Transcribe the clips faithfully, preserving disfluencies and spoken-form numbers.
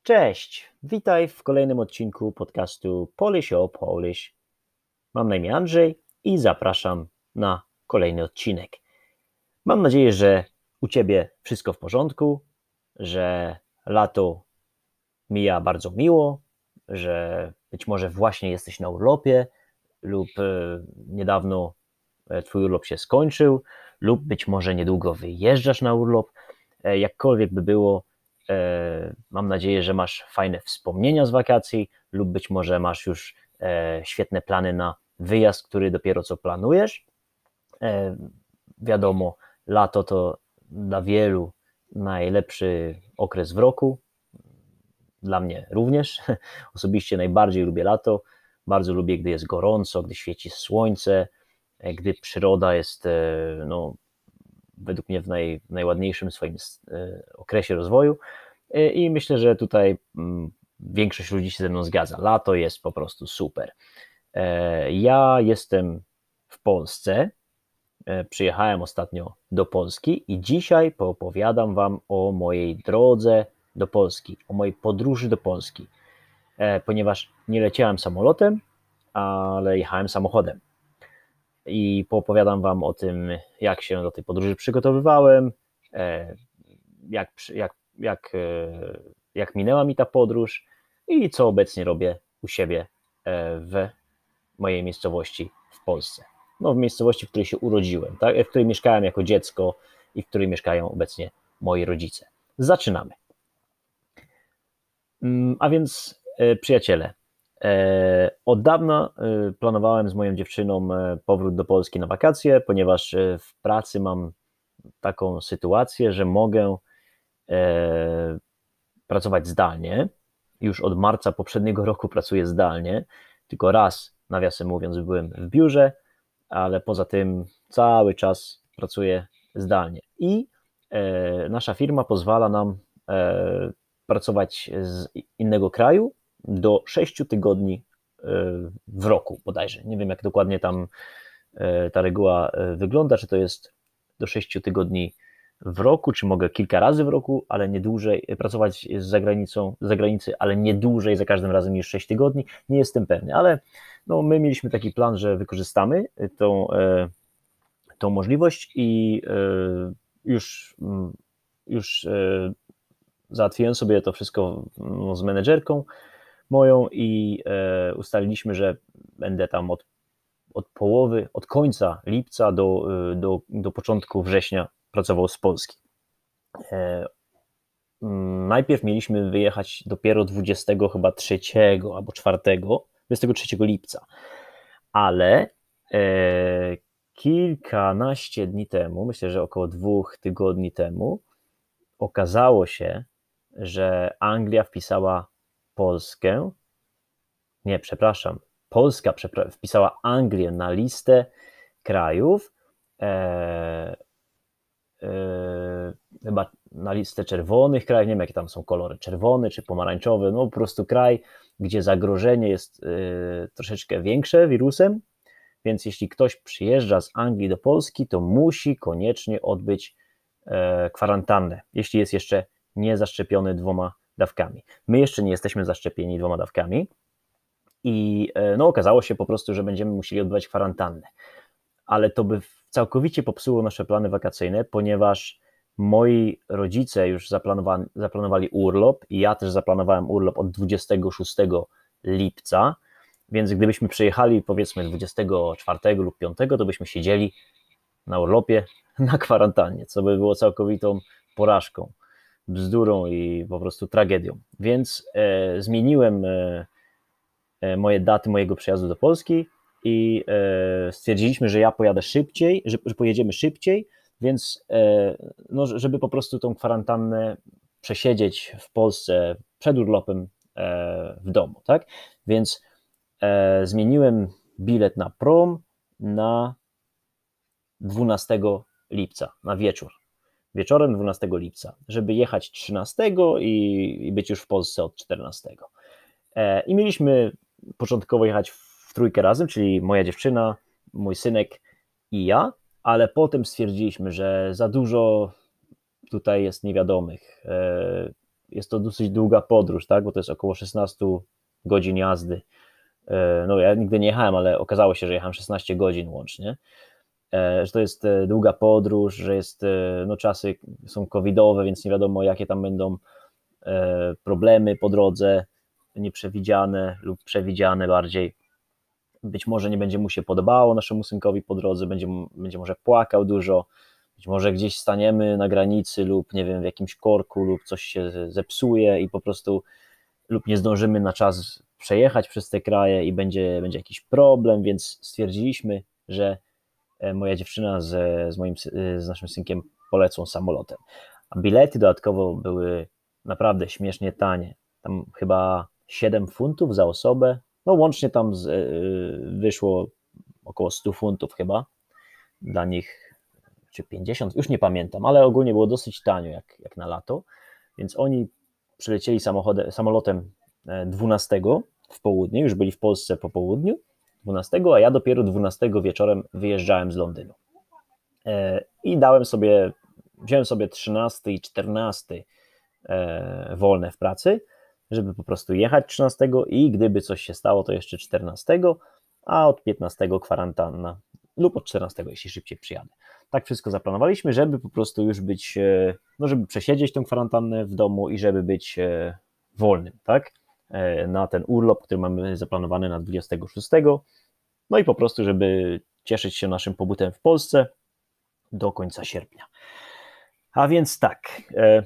Cześć, witaj w kolejnym odcinku podcastu Polish o Polish. Mam na imię Andrzej i zapraszam na kolejny odcinek. Mam nadzieję, że u Ciebie wszystko w porządku, że lato mija bardzo miło, że być może właśnie jesteś na urlopie lub niedawno Twój urlop się skończył lub być może niedługo wyjeżdżasz na urlop. Jakkolwiek by było, mam nadzieję, że masz fajne wspomnienia z wakacji lub być może masz już świetne plany na wyjazd, który dopiero co planujesz. Wiadomo, lato to dla wielu najlepszy okres w roku. Dla mnie również. Osobiście najbardziej lubię lato. Bardzo lubię, gdy jest gorąco, gdy świeci słońce, gdy przyroda jest no, według mnie w naj, najładniejszym swoim okresie rozwoju i myślę, że tutaj większość ludzi się ze mną zgadza. Lato jest po prostu super. Ja jestem w Polsce, przyjechałem ostatnio do Polski i dzisiaj poopowiadam Wam o mojej drodze do Polski, o mojej podróży do Polski, ponieważ nie leciałem samolotem, ale jechałem samochodem. I poopowiadam Wam o tym, jak się do tej podróży przygotowywałem, jak, jak, jak, jak minęła mi ta podróż i co obecnie robię u siebie w mojej miejscowości w Polsce. No, w miejscowości, w której się urodziłem, tak? W której mieszkałem jako dziecko i w której mieszkają obecnie moi rodzice. Zaczynamy. A więc, przyjaciele, od dawna planowałem z moją dziewczyną powrót do Polski na wakacje, ponieważ w pracy mam taką sytuację, że mogę pracować zdalnie. Już od marca poprzedniego roku pracuję zdalnie, tylko raz, nawiasem mówiąc, byłem w biurze, ale poza tym cały czas pracuję zdalnie. I nasza firma pozwala nam pracować z innego kraju do sześciu tygodni w roku bodajże. Nie wiem, jak dokładnie tam ta reguła wygląda, czy to jest do sześciu tygodni w roku, czy mogę kilka razy w roku, ale nie dłużej, pracować z zagranicą, z zagranicy, ale nie dłużej za każdym razem niż sześć tygodni. Nie jestem pewny, ale no, my mieliśmy taki plan, że wykorzystamy tą, tą możliwość i już, już załatwiłem sobie to wszystko z menedżerką moją i e, ustaliliśmy, że będę tam od, od połowy, od końca lipca do, do, do początku września pracował z Polski. E, najpierw mieliśmy wyjechać dopiero dwudziestego chyba trzeciego albo czwartego, dwudziestego trzeciego lipca, ale e, kilkanaście dni temu, myślę, że około dwóch tygodni temu, okazało się, że Anglia wpisała Polskę, nie, przepraszam, Polska przepra- wpisała Anglię na listę krajów, e, e, chyba na listę czerwonych krajów, nie wiem jakie tam są kolory, czerwony czy pomarańczowy, no po prostu kraj, gdzie zagrożenie jest e, troszeczkę większe wirusem, więc jeśli ktoś przyjeżdża z Anglii do Polski, to musi koniecznie odbyć e, kwarantannę, jeśli jest jeszcze nie zaszczepiony dwoma dawkami. My jeszcze nie jesteśmy zaszczepieni dwoma dawkami i no, okazało się po prostu, że będziemy musieli odbywać kwarantannę. Ale to by całkowicie popsuło nasze plany wakacyjne, ponieważ moi rodzice już zaplanowali, zaplanowali urlop i ja też zaplanowałem urlop od dwudziestego szóstego lipca, więc gdybyśmy przyjechali powiedzmy dwudziestego czwartego lub piątego, to byśmy siedzieli na urlopie na kwarantannie, co by było całkowitą porażką, bzdurą i po prostu tragedią. Więc e, zmieniłem e, moje daty mojego przyjazdu do Polski i e, stwierdziliśmy, że ja pojadę szybciej, że, że pojedziemy szybciej, więc e, no, żeby po prostu tą kwarantannę przesiedzieć w Polsce przed urlopem e, w domu, tak? Więc e, zmieniłem bilet na prom na dwunastego lipca, na wieczór. Wieczorem dwunastego lipca, żeby jechać trzynastego i, i być już w Polsce od czternastego. E, I mieliśmy początkowo jechać w trójkę razem, czyli moja dziewczyna, mój synek i ja, ale potem stwierdziliśmy, że za dużo tutaj jest niewiadomych. E, jest to dosyć długa podróż, tak, bo to jest około szesnaście godzin jazdy. No ja nigdy nie jechałem, ale okazało się, że jechałem szesnaście godzin łącznie, że to jest długa podróż, że jest, no czasy są covidowe, więc nie wiadomo jakie tam będą problemy po drodze, nieprzewidziane lub przewidziane bardziej. Być może nie będzie mu się podobało naszemu synkowi po drodze, będzie, będzie może płakał dużo, być może gdzieś staniemy na granicy lub nie wiem, w jakimś korku lub coś się zepsuje i po prostu lub nie zdążymy na czas przejechać przez te kraje i będzie, będzie jakiś problem, więc stwierdziliśmy, że moja dziewczyna z, z moim, z naszym synkiem polecą samolotem. A bilety dodatkowo były naprawdę śmiesznie tanie. Tam chyba siedem funtów za osobę, no łącznie tam z, wyszło około sto funtów chyba dla nich, czy pięćdziesiąt, już nie pamiętam, ale ogólnie było dosyć tanio jak, jak na lato, więc oni przylecieli samochodem, samolotem dwunastego w południe, już byli w Polsce po południu, dwunastego, a ja dopiero dwunastego wieczorem wyjeżdżałem z Londynu. I dałem sobie, wziąłem sobie trzynasty i czternasty wolne w pracy, żeby po prostu jechać trzynastego i gdyby coś się stało, to jeszcze czternastego, a od piętnastego kwarantanna lub od czternastego, jeśli szybciej przyjadę. Tak wszystko zaplanowaliśmy, żeby po prostu już być, no żeby przesiedzieć tę kwarantannę w domu i żeby być wolnym, tak, na ten urlop, który mamy zaplanowany na dwudziestego szóstego, no i po prostu, żeby cieszyć się naszym pobytem w Polsce do końca sierpnia. A więc tak,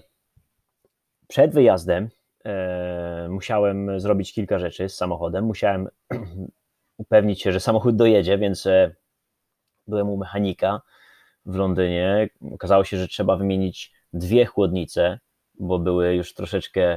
przed wyjazdem musiałem zrobić kilka rzeczy z samochodem, musiałem upewnić się, że samochód dojedzie, więc byłem u mechanika w Londynie. Okazało się, że trzeba wymienić dwie chłodnice, bo były już troszeczkę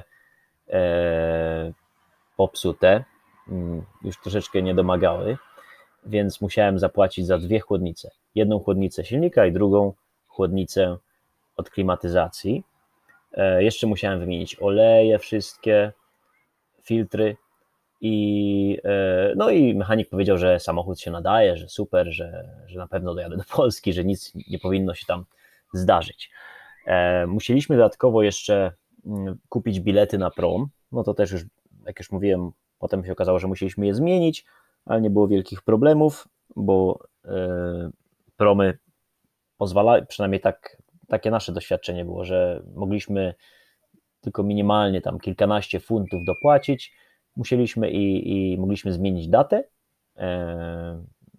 e, popsute, już troszeczkę nie domagały, więc musiałem zapłacić za dwie chłodnice. Jedną chłodnicę silnika i drugą chłodnicę od klimatyzacji. E, jeszcze musiałem wymienić oleje wszystkie, filtry i e, no i mechanik powiedział, że samochód się nadaje, że super, że, że na pewno dojadę do Polski, że nic nie powinno się tam zdarzyć. E, musieliśmy dodatkowo jeszcze kupić bilety na prom, no to też już, jak już mówiłem, potem się okazało, że musieliśmy je zmienić, ale nie było wielkich problemów, bo e, promy pozwalają, przynajmniej tak, takie nasze doświadczenie było, że mogliśmy tylko minimalnie tam kilkanaście funtów dopłacić, musieliśmy i, i mogliśmy zmienić datę e,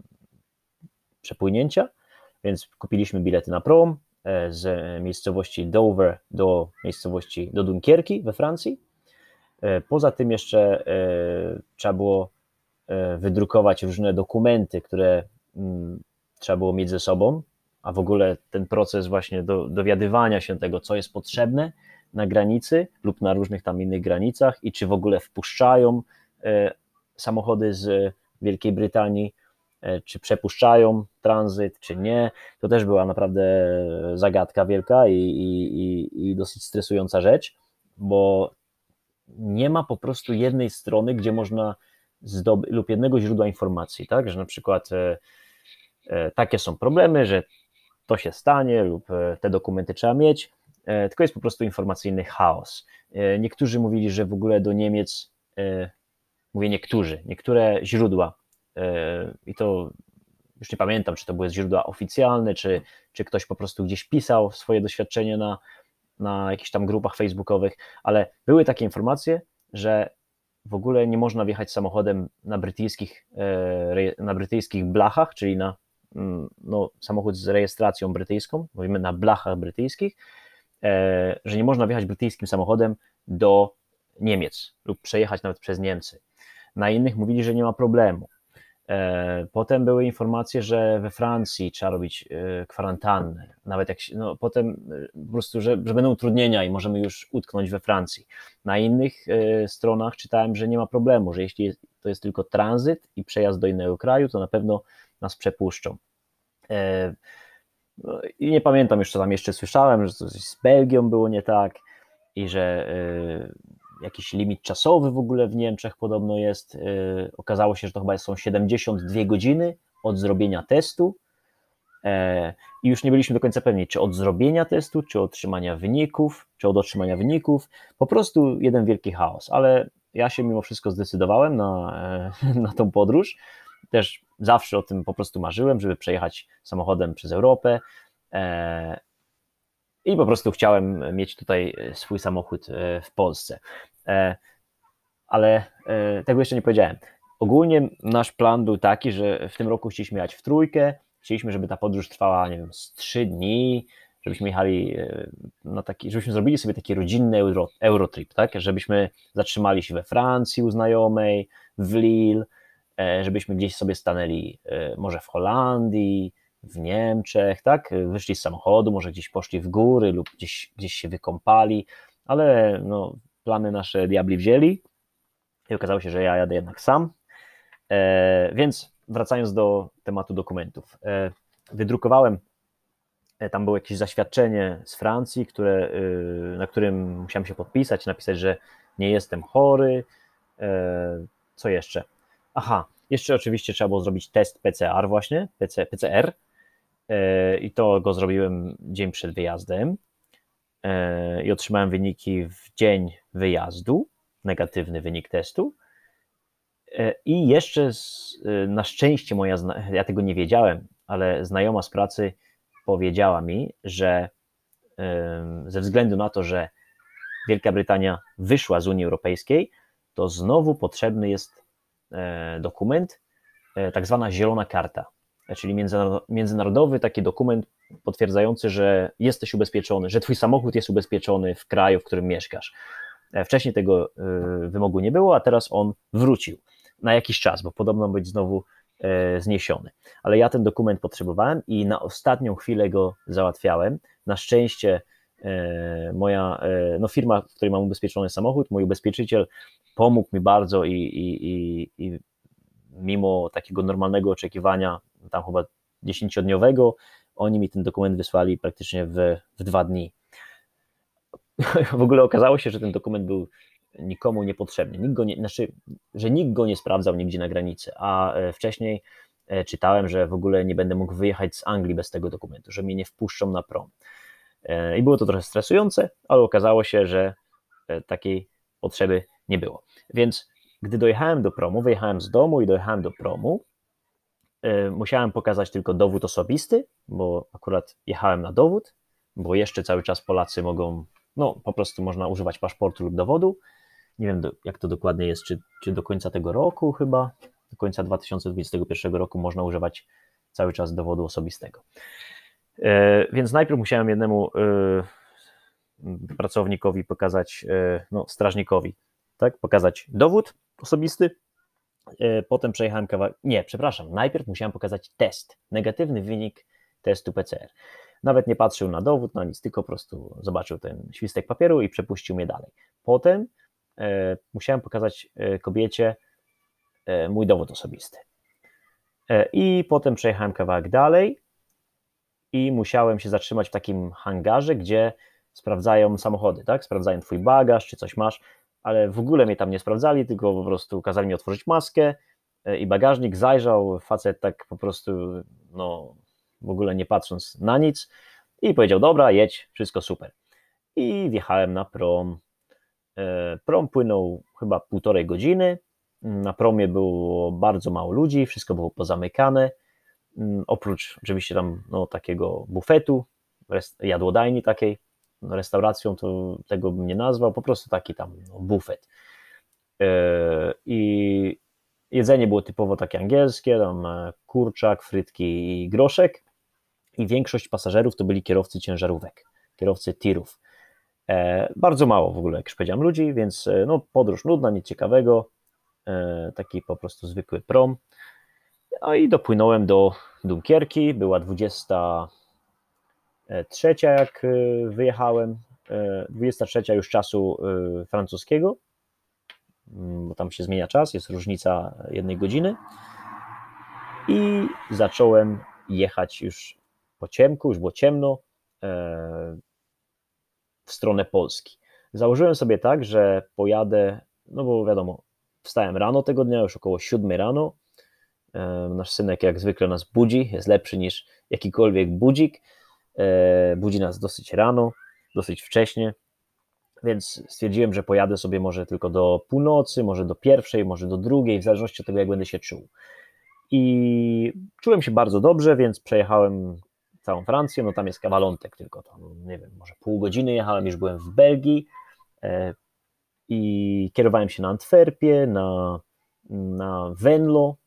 przepłynięcia, więc kupiliśmy bilety na prom e, z miejscowości Dover do miejscowości do Dunkierki we Francji. E, poza tym jeszcze e, trzeba było e, wydrukować różne dokumenty, które m, trzeba było mieć ze sobą, a w ogóle ten proces właśnie do, dowiadywania się tego, co jest potrzebne na granicy lub na różnych tam innych granicach i czy w ogóle wpuszczają e, samochody z Wielkiej Brytanii, e, czy przepuszczają tranzyt, czy nie. To też była naprawdę zagadka wielka i, i, i dosyć stresująca rzecz, bo nie ma po prostu jednej strony, gdzie można zdobyć, lub jednego źródła informacji, tak, że na przykład e, e, takie są problemy, że to się stanie lub e, te dokumenty trzeba mieć, tylko jest po prostu informacyjny chaos. Niektórzy mówili, że w ogóle do Niemiec, mówię niektórzy, niektóre źródła, i to już nie pamiętam, czy to były źródła oficjalne, czy, czy ktoś po prostu gdzieś pisał swoje doświadczenie na, na jakichś tam grupach facebookowych, ale były takie informacje, że w ogóle nie można wjechać samochodem na brytyjskich, na brytyjskich blachach, czyli na no, samochód z rejestracją brytyjską, mówimy na blachach brytyjskich, że nie można wjechać brytyjskim samochodem do Niemiec lub przejechać nawet przez Niemcy. Na innych mówili, że nie ma problemu. Potem były informacje, że we Francji trzeba robić kwarantannę, nawet jak się, no potem po prostu, że, że będą utrudnienia i możemy już utknąć we Francji. Na innych stronach czytałem, że nie ma problemu, że jeśli jest, to jest tylko tranzyt i przejazd do innego kraju, to na pewno nas przepuszczą. No i nie pamiętam już, co tam jeszcze słyszałem, że coś z Belgią było nie tak i że y, jakiś limit czasowy w ogóle w Niemczech podobno jest. Y, okazało się, że to chyba są siedemdziesiąt dwie godziny od zrobienia testu i już nie byliśmy do końca pewni, czy od zrobienia testu, czy od otrzymania wyników, czy od otrzymania wyników, po prostu jeden wielki chaos, ale ja się mimo wszystko zdecydowałem na, na tą podróż, też zawsze o tym po prostu marzyłem, żeby przejechać samochodem przez Europę i po prostu chciałem mieć tutaj swój samochód w Polsce, ale tego jeszcze nie powiedziałem. Ogólnie nasz plan był taki, że w tym roku chcieliśmy jechać w trójkę, chcieliśmy, żeby ta podróż trwała, nie wiem, z trzy dni, żebyśmy jechali na taki, żebyśmy zrobili sobie taki rodzinny euro, Eurotrip, tak? Żebyśmy zatrzymali się we Francji u znajomej, w Lille, żebyśmy gdzieś sobie stanęli może w Holandii, w Niemczech, tak? Wyszli z samochodu, może gdzieś poszli w góry lub gdzieś, gdzieś się wykąpali, ale no, plany nasze diabli wzięli i okazało się, że ja jadę jednak sam. E, więc wracając do tematu dokumentów. E, wydrukowałem, e, tam było jakieś zaświadczenie z Francji, które, e, na którym musiałem się podpisać, napisać, że nie jestem chory. E, co jeszcze? Aha, jeszcze oczywiście trzeba było zrobić test P C R właśnie, P C, P C R e, i to go zrobiłem dzień przed wyjazdem e, i otrzymałem wyniki w dzień wyjazdu, negatywny wynik testu. I jeszcze z, na szczęście moja, ja tego nie wiedziałem, ale znajoma z pracy powiedziała mi, że ze względu na to, że Wielka Brytania wyszła z Unii Europejskiej, to znowu potrzebny jest dokument, tak zwana zielona karta, czyli międzynarodowy taki dokument potwierdzający, że jesteś ubezpieczony, że twój samochód jest ubezpieczony w kraju, w którym mieszkasz. Wcześniej tego wymogu nie było, a teraz on wrócił na jakiś czas, bo podobno być znowu zniesiony. Ale ja ten dokument potrzebowałem i na ostatnią chwilę go załatwiałem. Na szczęście moja no firma, w której mam ubezpieczony samochód, mój ubezpieczyciel pomógł mi bardzo i, i, i, i mimo takiego normalnego oczekiwania, tam chyba dziesięciodniowego, oni mi ten dokument wysłali praktycznie w, w dwa dni. W ogóle okazało się, że ten dokument był nikomu niepotrzebny, nikt go nie, znaczy, że nikt go nie sprawdzał nigdzie na granicy, a wcześniej czytałem, że w ogóle nie będę mógł wyjechać z Anglii bez tego dokumentu, że mnie nie wpuszczą na prom. I było to trochę stresujące, ale okazało się, że takiej potrzeby nie było. Więc gdy dojechałem do promu, wyjechałem z domu i dojechałem do promu, musiałem pokazać tylko dowód osobisty, bo akurat jechałem na dowód, bo jeszcze cały czas Polacy mogą, no po prostu można używać paszportu lub dowodu. Nie wiem, do, jak to dokładnie jest, czy, czy do końca tego roku chyba, do końca dwa tysiące dwudziestego pierwszego roku można używać cały czas dowodu osobistego. E, więc najpierw musiałem jednemu e, pracownikowi pokazać, e, no strażnikowi, tak, pokazać dowód osobisty, e, potem przejechałem kawałek, nie, przepraszam, najpierw musiałem pokazać test, negatywny wynik testu P C R. Nawet nie patrzył na dowód, na nic, tylko po prostu zobaczył ten świstek papieru i przepuścił mnie dalej. Potem e, musiałem pokazać e, kobiecie e, mój dowód osobisty. E, I potem przejechałem kawałek dalej i musiałem się zatrzymać w takim hangarze, gdzie sprawdzają samochody, tak? Sprawdzają twój bagaż, czy coś masz, ale w ogóle mnie tam nie sprawdzali, tylko po prostu kazali mi otworzyć maskę e, i bagażnik, zajrzał, facet tak po prostu, no w ogóle nie patrząc na nic i powiedział, dobra, jedź, wszystko super. I wjechałem na prom. Prom płynął chyba półtorej godziny, na promie było bardzo mało ludzi, wszystko było pozamykane, oprócz oczywiście tam no, takiego bufetu, jadłodajni takiej, restauracją to tego bym nie nazwał, po prostu taki tam no, bufet. I jedzenie było typowo takie angielskie, tam kurczak, frytki i groszek. I większość pasażerów to byli kierowcy ciężarówek, kierowcy tirów. E, bardzo mało w ogóle, jak już powiedziałem, ludzi, więc no, podróż nudna, nic ciekawego, e, taki po prostu zwykły prom. No i dopłynąłem do Dunkierki, była dwudziesta trzecia jak wyjechałem, e, dwudziesta trzecia już czasu e, francuskiego, bo tam się zmienia czas, jest różnica jednej godziny i zacząłem jechać już po ciemku, już było ciemno, w stronę Polski. Założyłem sobie tak, że pojadę, no bo wiadomo, wstałem rano tego dnia, już około siódmej rano, Nasz synek jak zwykle nas budzi, jest lepszy niż jakikolwiek budzik. Budzi nas dosyć rano, dosyć wcześnie, więc stwierdziłem, że pojadę sobie może tylko do północy, może do pierwszej, może do drugiej, w zależności od tego, jak będę się czuł. I czułem się bardzo dobrze, więc przejechałem całą Francję, no tam jest kawalątek tylko, tam, nie wiem, może pół godziny jechałem, już byłem w Belgii i kierowałem się na Antwerpię, na, na Venlo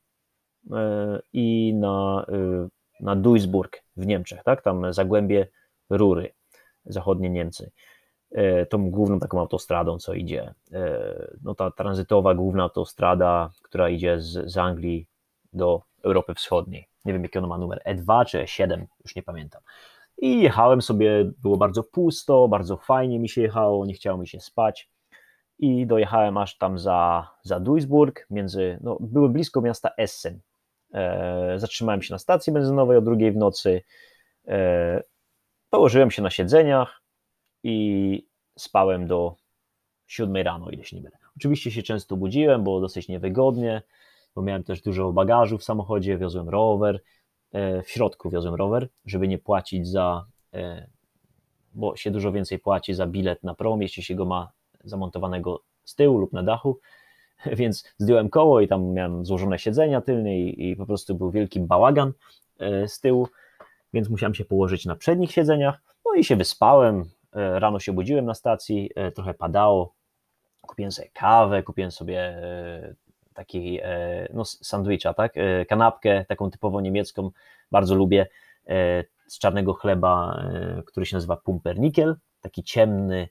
i na, na Duisburg w Niemczech, tak, tam Zagłębie Rury, zachodnie Niemcy. Tą główną taką autostradą, co idzie, no ta tranzytowa główna autostrada, która idzie z, z Anglii do Europy Wschodniej. Nie wiem, jaki ona ma numer, E dwa czy E siedem, już nie pamiętam. I jechałem sobie, było bardzo pusto, bardzo fajnie mi się jechało, nie chciało mi się spać i dojechałem aż tam za, za Duisburg, między, no, były blisko miasta Essen. E, zatrzymałem się na stacji benzynowej o drugiej w nocy, e, położyłem się na siedzeniach i spałem do siódmej rano, ile się nie mylę. Oczywiście się często budziłem, było dosyć niewygodnie, bo miałem też dużo bagażu w samochodzie, wiozłem rower, w środku wiozłem rower, żeby nie płacić za, bo się dużo więcej płaci za bilet na prom, jeśli się go ma zamontowanego z tyłu lub na dachu, więc zdjąłem koło i tam miałem złożone siedzenia tylne i, i po prostu był wielki bałagan z tyłu, więc musiałem się położyć na przednich siedzeniach, no i się wyspałem, rano się budziłem na stacji, trochę padało, kupiłem sobie kawę, kupiłem sobie taki no, sandwicha, tak? Kanapkę taką typowo niemiecką, bardzo lubię, z czarnego chleba, który się nazywa Pumpernickel, taki ciemny,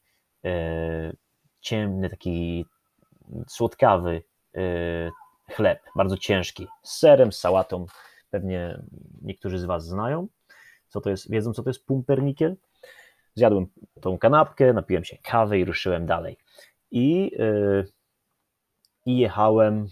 ciemny, taki słodkawy chleb, bardzo ciężki, z serem, z sałatą, pewnie niektórzy z Was znają, co to jest, wiedzą co to jest Pumpernickel. Zjadłem tą kanapkę, napiłem się kawy i ruszyłem dalej. I, yy, i jechałem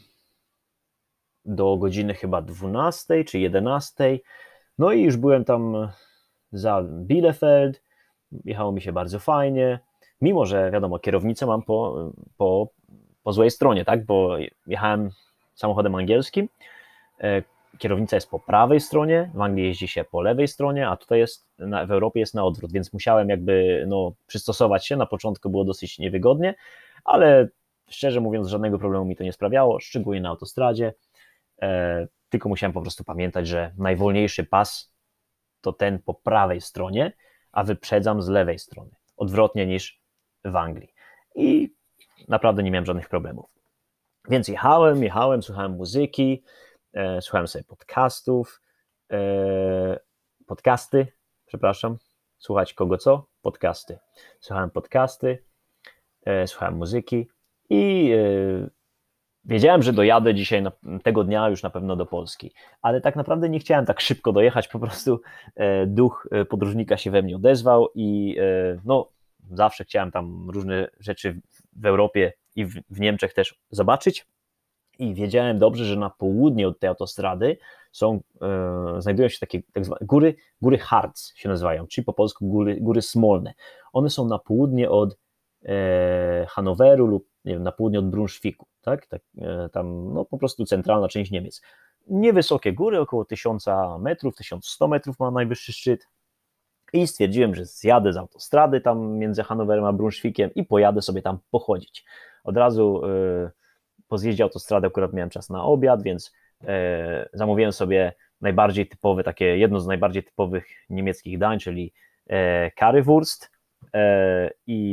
do godziny chyba dwunastej czy jedenastej. No i już byłem tam za Bielefeld. Jechało mi się bardzo fajnie. Mimo że wiadomo, kierownicę mam po, po, po złej stronie, tak? Bo jechałem samochodem angielskim. Kierownica jest po prawej stronie, w Anglii jeździ się po lewej stronie, a tutaj jest, na, w Europie jest na odwrót, więc musiałem jakby no, przystosować się. Na początku było dosyć niewygodnie, ale szczerze mówiąc żadnego problemu mi to nie sprawiało, szczególnie na autostradzie, e, tylko musiałem po prostu pamiętać, że najwolniejszy pas to ten po prawej stronie, a wyprzedzam z lewej strony, odwrotnie niż w Anglii. I naprawdę nie miałem żadnych problemów. Więc jechałem, jechałem, słuchałem muzyki, e, słuchałem sobie podcastów, e, podcasty, przepraszam, słuchać kogo co? Podcasty. Słuchałem podcasty, e, słuchałem muzyki i e, wiedziałem, że dojadę dzisiaj, na, tego dnia już na pewno do Polski, ale tak naprawdę nie chciałem tak szybko dojechać, po prostu e, duch podróżnika się we mnie odezwał i e, no zawsze chciałem tam różne rzeczy w Europie i w, w Niemczech też zobaczyć. I wiedziałem dobrze, że na południe od tej autostrady są, e, znajdują się takie tak zwane góry, góry Harz się nazywają, czyli po polsku góry, góry Smolne. One są na południe od e, Hanoweru lub nie wiem, na południe od Brunszwiku, tak? tak e, tam no, po prostu centralna część Niemiec. Niewysokie góry, około tysiąc metrów, tysiąc sto metrów ma najwyższy szczyt. I stwierdziłem, że zjadę z autostrady tam między Hanowerem a Brunszwikiem i pojadę sobie tam pochodzić. Od razu e, po zjeździe autostrady akurat miałem czas na obiad, więc e, zamówiłem sobie najbardziej typowe, takie jedno z najbardziej typowych niemieckich dań, czyli e, Currywurst e,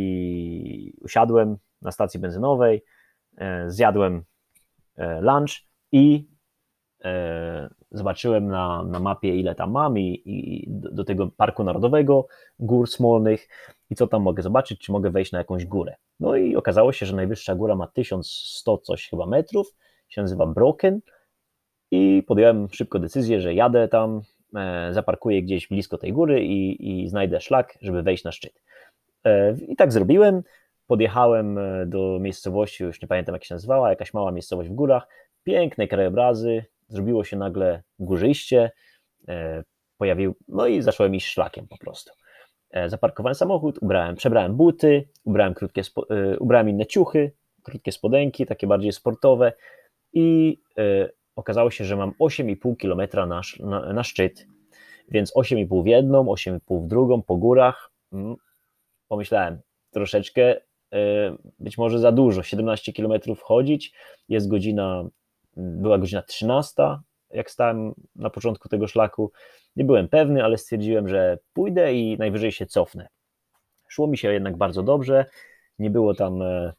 i usiadłem na stacji benzynowej, e, zjadłem e, lunch i e, zobaczyłem na, na mapie, ile tam mam i, i do, do tego Parku Narodowego Gór Smolnych i co tam mogę zobaczyć, czy mogę wejść na jakąś górę. No i okazało się, że najwyższa góra ma tysiąc sto coś chyba metrów, się nazywa Brocken i podjąłem szybko decyzję, że jadę tam, e, zaparkuję gdzieś blisko tej góry i, i znajdę szlak, żeby wejść na szczyt. E, I tak zrobiłem, podjechałem do miejscowości, już nie pamiętam jak się nazywała, jakaś mała miejscowość w górach, piękne krajobrazy, zrobiło się nagle górzyście, e, pojawił, no i zacząłem iść szlakiem po prostu. Zaparkowałem samochód, ubrałem, przebrałem buty, ubrałem, krótkie, ubrałem inne ciuchy, krótkie spodenki, takie bardziej sportowe i okazało się, że mam osiem i pół kilometra na, na, na szczyt, więc osiem i pół w jedną, osiem i pół w drugą, po górach. Pomyślałem, troszeczkę, być może za dużo, siedemnaście kilometrów chodzić, jest godzina, była godzina trzynasta, jak stałem na początku tego szlaku, nie byłem pewny, ale stwierdziłem, że pójdę i najwyżej się cofnę. Szło mi się jednak bardzo dobrze, nie było tam,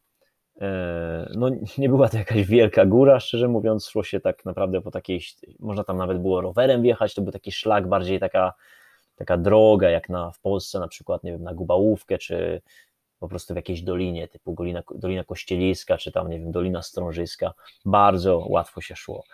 no nie była to jakaś wielka góra, szczerze mówiąc, szło się tak naprawdę po takiej, można tam nawet było rowerem wjechać, to był taki szlak, bardziej taka, taka droga, jak na, w Polsce na przykład, nie wiem, na Gubałówkę, czy po prostu w jakiejś dolinie, typu Dolina, Dolina Kościeliska, czy tam, nie wiem, Dolina Strążyska, bardzo łatwo się szło.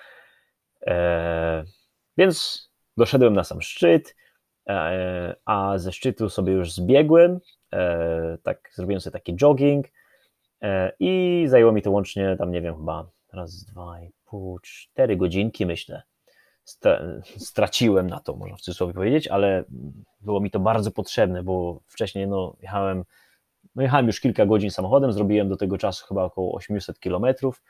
E, więc doszedłem na sam szczyt, e, a ze szczytu sobie już zbiegłem, e, tak, zrobiłem sobie taki jogging e, i zajęło mi to łącznie, tam nie wiem, chyba raz, dwa i pół, cztery godzinki, myślę. Straciłem na to, można w cudzysłowie powiedzieć, ale było mi to bardzo potrzebne, bo wcześniej no, jechałem No jechałem już kilka godzin samochodem, zrobiłem do tego czasu chyba około osiemset kilometrów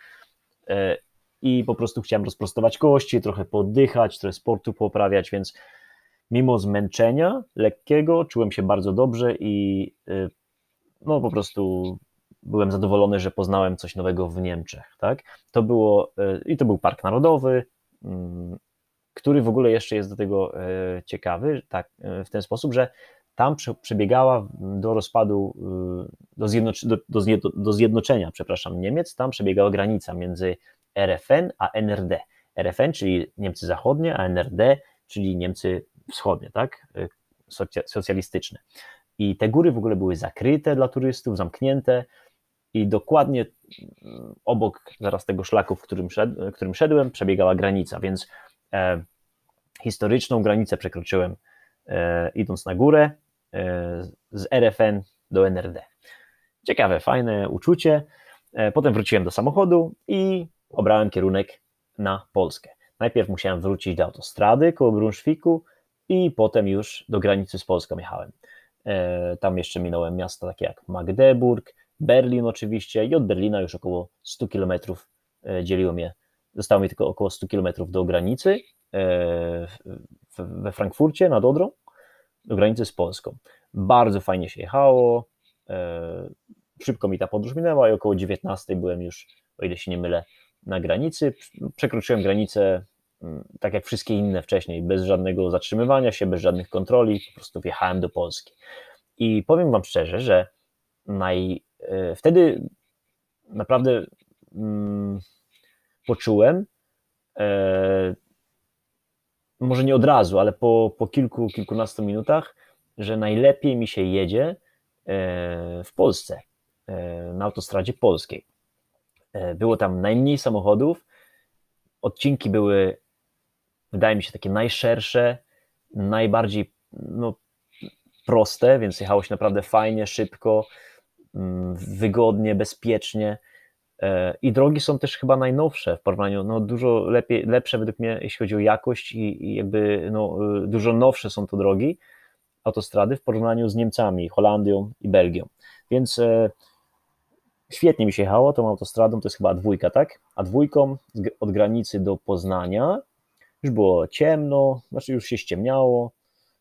i po prostu chciałem rozprostować kości, trochę pooddychać, trochę sportu poprawiać, więc mimo zmęczenia lekkiego czułem się bardzo dobrze i no po prostu byłem zadowolony, że poznałem coś nowego w Niemczech, tak? To było, i to był Park Narodowy, który w ogóle jeszcze jest do tego ciekawy, tak, w ten sposób, że tam przebiegała do rozpadu, do, zjednoc do, do, do zjednoczenia, przepraszam, Niemiec, tam przebiegała granica między R F N a N R D. R F N, czyli Niemcy zachodnie, a N R D, czyli Niemcy wschodnie, tak, socjalistyczne. I te góry w ogóle były zakryte dla turystów, zamknięte i dokładnie obok zaraz tego szlaku, w którym, szed, którym szedłem, przebiegała granica, więc e, historyczną granicę przekroczyłem e, idąc na górę, z R F N do N R D. Ciekawe, fajne uczucie. Potem wróciłem do samochodu i obrałem kierunek na Polskę. Najpierw musiałem wrócić do autostrady koło Brunszwiku i potem już do granicy z Polską jechałem. Tam jeszcze minąłem miasta takie jak Magdeburg, Berlin oczywiście i od Berlina już około sto kilometrów dzieliło mnie, zostało mi tylko około sto kilometrów do granicy we Frankfurcie nad Odrą, do granicy z Polską. Bardzo fajnie się jechało, szybko mi ta podróż minęła i około dziewiętnastej byłem już, o ile się nie mylę, na granicy. Przekroczyłem granicę tak jak wszystkie inne wcześniej, bez żadnego zatrzymywania się, bez żadnych kontroli, po prostu wjechałem do Polski. I powiem wam szczerze, że naj... wtedy naprawdę mm, poczułem, e, może nie od razu, ale po, po kilku, kilkunastu minutach, że najlepiej mi się jedzie w Polsce, na autostradzie polskiej. Było tam najmniej samochodów, odcinki były, wydaje mi się, takie najszersze, najbardziej no, proste, więc jechało się naprawdę fajnie, szybko, wygodnie, bezpiecznie. I drogi są też chyba najnowsze w porównaniu, no dużo lepiej, lepsze według mnie, jeśli chodzi o jakość i, i jakby no, dużo nowsze są to drogi, autostrady w porównaniu z Niemcami, Holandią i Belgią. Więc e, świetnie mi się jechało tą autostradą, to jest chyba A dwa, tak? A dwa od granicy do Poznania już było ciemno, znaczy już się ściemniało,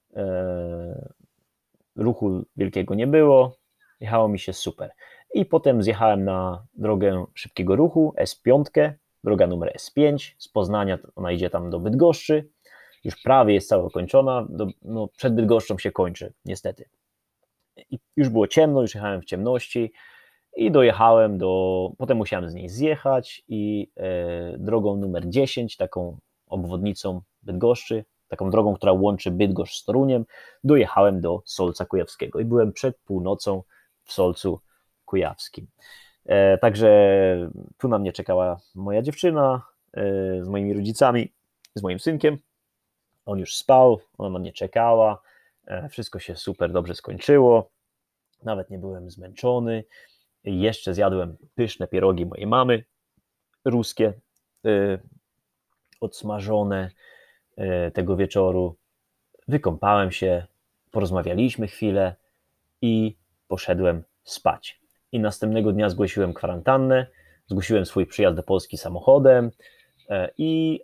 e, ruchu wielkiego nie było, jechało mi się super. I potem zjechałem na drogę szybkiego ruchu, S pięć, droga numer S pięć, z Poznania ona idzie tam do Bydgoszczy, już prawie jest cała kończona, do, no przed Bydgoszczą się kończy, niestety. I już było ciemno, już jechałem w ciemności i dojechałem do, potem musiałem z niej zjechać i e, drogą numer dziesięć, taką obwodnicą Bydgoszczy, taką drogą, która łączy Bydgoszcz z Toruniem, dojechałem do Solca Kujawskiego i byłem przed północą w Solcu Kujawskim. E, także tu na mnie czekała moja dziewczyna e, z moimi rodzicami, z moim synkiem. On już spał, ona na mnie czekała, e, wszystko się super dobrze skończyło, nawet nie byłem zmęczony. Jeszcze zjadłem pyszne pierogi mojej mamy, ruskie, e, odsmażone e, tego wieczoru. Wykąpałem się, porozmawialiśmy chwilę i poszedłem spać. I następnego dnia zgłosiłem kwarantannę, zgłosiłem swój przyjazd do Polski samochodem, i,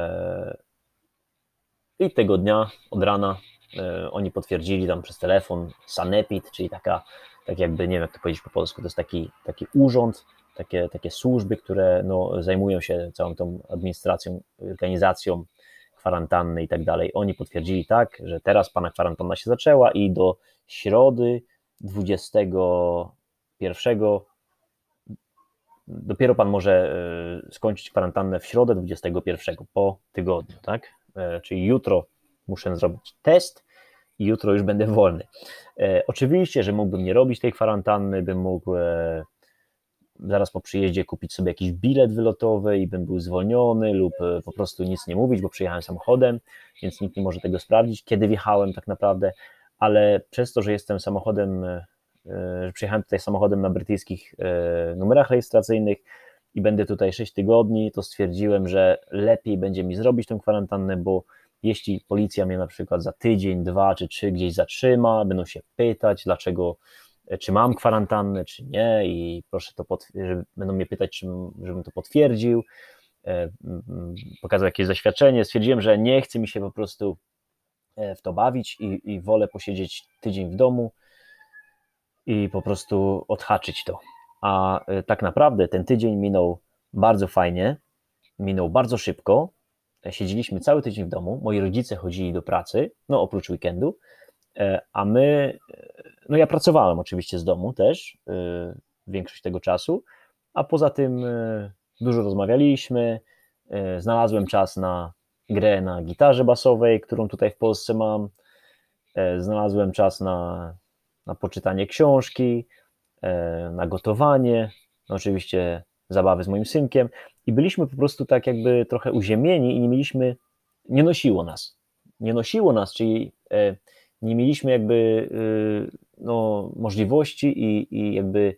i tego dnia od rana oni potwierdzili tam przez telefon sanepid, czyli taka, tak jakby, nie wiem jak to powiedzieć po polsku, to jest taki, taki urząd, takie, takie służby, które no, zajmują się całą tą administracją, organizacją kwarantanny i tak dalej. Oni potwierdzili tak, że teraz pana kwarantanna się zaczęła i do środy dwudziestego pierwszego dopiero pan może skończyć kwarantannę w środę dwudziestego pierwszego po tygodniu, tak? Czyli jutro muszę zrobić test i jutro już będę wolny. E, oczywiście, że mógłbym nie robić tej kwarantanny, bym mógł e, zaraz po przyjeździe kupić sobie jakiś bilet wylotowy i bym był zwolniony lub e, po prostu nic nie mówić, bo przyjechałem samochodem, więc nikt nie może tego sprawdzić, kiedy wjechałem tak naprawdę, ale przez to, że jestem samochodem, e, że przyjechałem tutaj samochodem na brytyjskich e, numerach rejestracyjnych i będę tutaj sześć tygodni, to stwierdziłem, że lepiej będzie mi zrobić tę kwarantannę, bo jeśli policja mnie na przykład za tydzień, dwa czy trzy gdzieś zatrzyma, będą się pytać, dlaczego, czy mam kwarantannę, czy nie, i proszę to, potw- będą mnie pytać, czy, żebym to potwierdził, pokazał jakieś zaświadczenie. Stwierdziłem, że nie chce mi się po prostu w to bawić i, i wolę posiedzieć tydzień w domu i po prostu odhaczyć to. A tak naprawdę ten tydzień minął bardzo fajnie, minął bardzo szybko. Siedzieliśmy cały tydzień w domu, moi rodzice chodzili do pracy, no oprócz weekendu, a my, no ja pracowałem oczywiście z domu też większość tego czasu, a poza tym dużo rozmawialiśmy, znalazłem czas na grę na gitarze basowej, którą tutaj w Polsce mam, znalazłem czas na, na poczytanie książki, na gotowanie, no oczywiście zabawy z moim synkiem i byliśmy po prostu tak jakby trochę uziemieni i nie mieliśmy, nie nosiło nas, nie nosiło nas, czyli nie mieliśmy jakby no, możliwości i, i jakby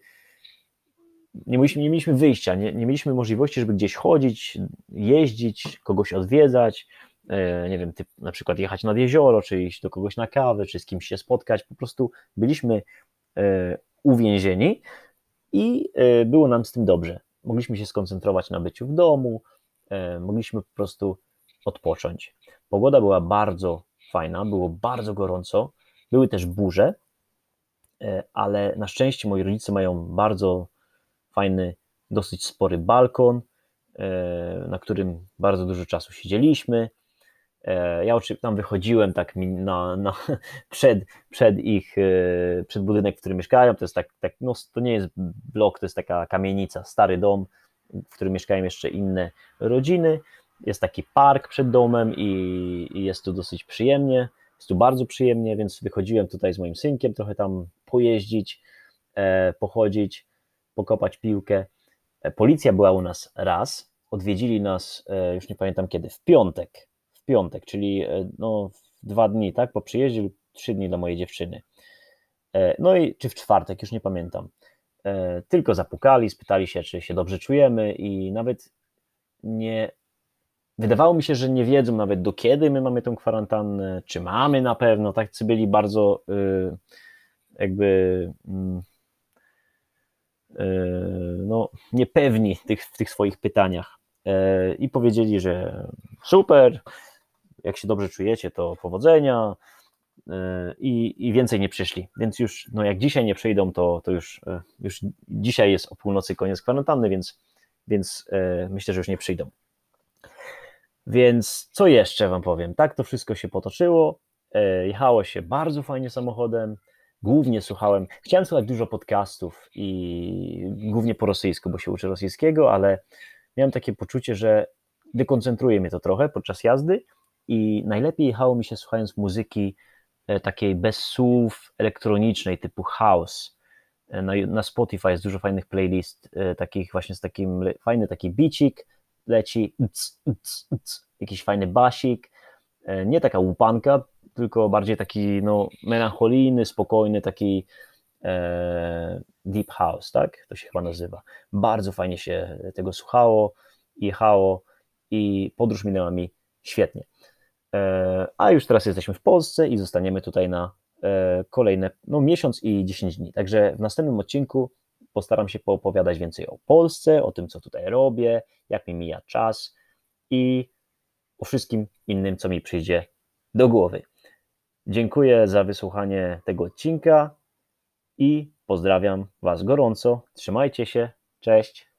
nie mieliśmy, nie mieliśmy wyjścia, nie, nie mieliśmy możliwości, żeby gdzieś chodzić, jeździć, kogoś odwiedzać, nie wiem, typ, na przykład jechać nad jezioro, czy iść do kogoś na kawę, czy z kimś się spotkać, po prostu byliśmy uwięzieni i było nam z tym dobrze. Mogliśmy się skoncentrować na byciu w domu, mogliśmy po prostu odpocząć. Pogoda była bardzo fajna, było bardzo gorąco, były też burze, ale na szczęście moi rodzice mają bardzo fajny, dosyć spory balkon, na którym bardzo dużo czasu siedzieliśmy. Ja oczywiście tam wychodziłem tak na, na, przed, przed ich, przed budynek, w którym mieszkają, to jest tak, tak no, to nie jest blok, to jest taka kamienica, stary dom, w którym mieszkają jeszcze inne rodziny, jest taki park przed domem i, i jest tu dosyć przyjemnie, jest tu bardzo przyjemnie, więc wychodziłem tutaj z moim synkiem trochę tam pojeździć, e, pochodzić, pokopać piłkę. Policja była u nas raz, odwiedzili nas, e, już nie pamiętam kiedy, w piątek, w piątek, czyli no, dwa dni, tak, po przyjeździe lub trzy dni dla mojej dziewczyny. No i czy w czwartek, już nie pamiętam. Tylko zapukali, spytali się, czy się dobrze czujemy i nawet nie, wydawało mi się, że nie wiedzą nawet do kiedy my mamy tę kwarantannę, czy mamy na pewno, tak byli bardzo jakby no, niepewni tych, w tych swoich pytaniach i powiedzieli, że super, jak się dobrze czujecie, to powodzenia i, i więcej nie przyszli, więc już, no jak dzisiaj nie przyjdą, to, to już, już dzisiaj jest o północy koniec kwarantanny, więc, więc myślę, że już nie przyjdą. Więc co jeszcze wam powiem, tak to wszystko się potoczyło, jechało się bardzo fajnie samochodem, głównie słuchałem, chciałem słuchać dużo podcastów i głównie po rosyjsku, bo się uczę rosyjskiego, ale miałem takie poczucie, że dekoncentruje mnie to trochę podczas jazdy i najlepiej jechało mi się słuchając muzyki takiej bez słów, elektronicznej typu house. Na, na Spotify jest dużo fajnych playlist, takich właśnie z takim, fajny taki bicik leci, uc, uc, uc, jakiś fajny basik, nie taka łupanka, tylko bardziej taki no, melancholijny, spokojny, taki e, deep house, tak? To się chyba nazywa. Bardzo fajnie się tego słuchało, jechało i podróż minęła mi świetnie. E, a już teraz jesteśmy w Polsce i zostaniemy tutaj na e, kolejne no, miesiąc i dziesięć dni. Także w następnym odcinku postaram się poopowiadać więcej o Polsce, o tym, co tutaj robię, jak mi mija czas i o wszystkim innym, co mi przyjdzie do głowy. Dziękuję za wysłuchanie tego odcinka i pozdrawiam Was gorąco. Trzymajcie się. Cześć.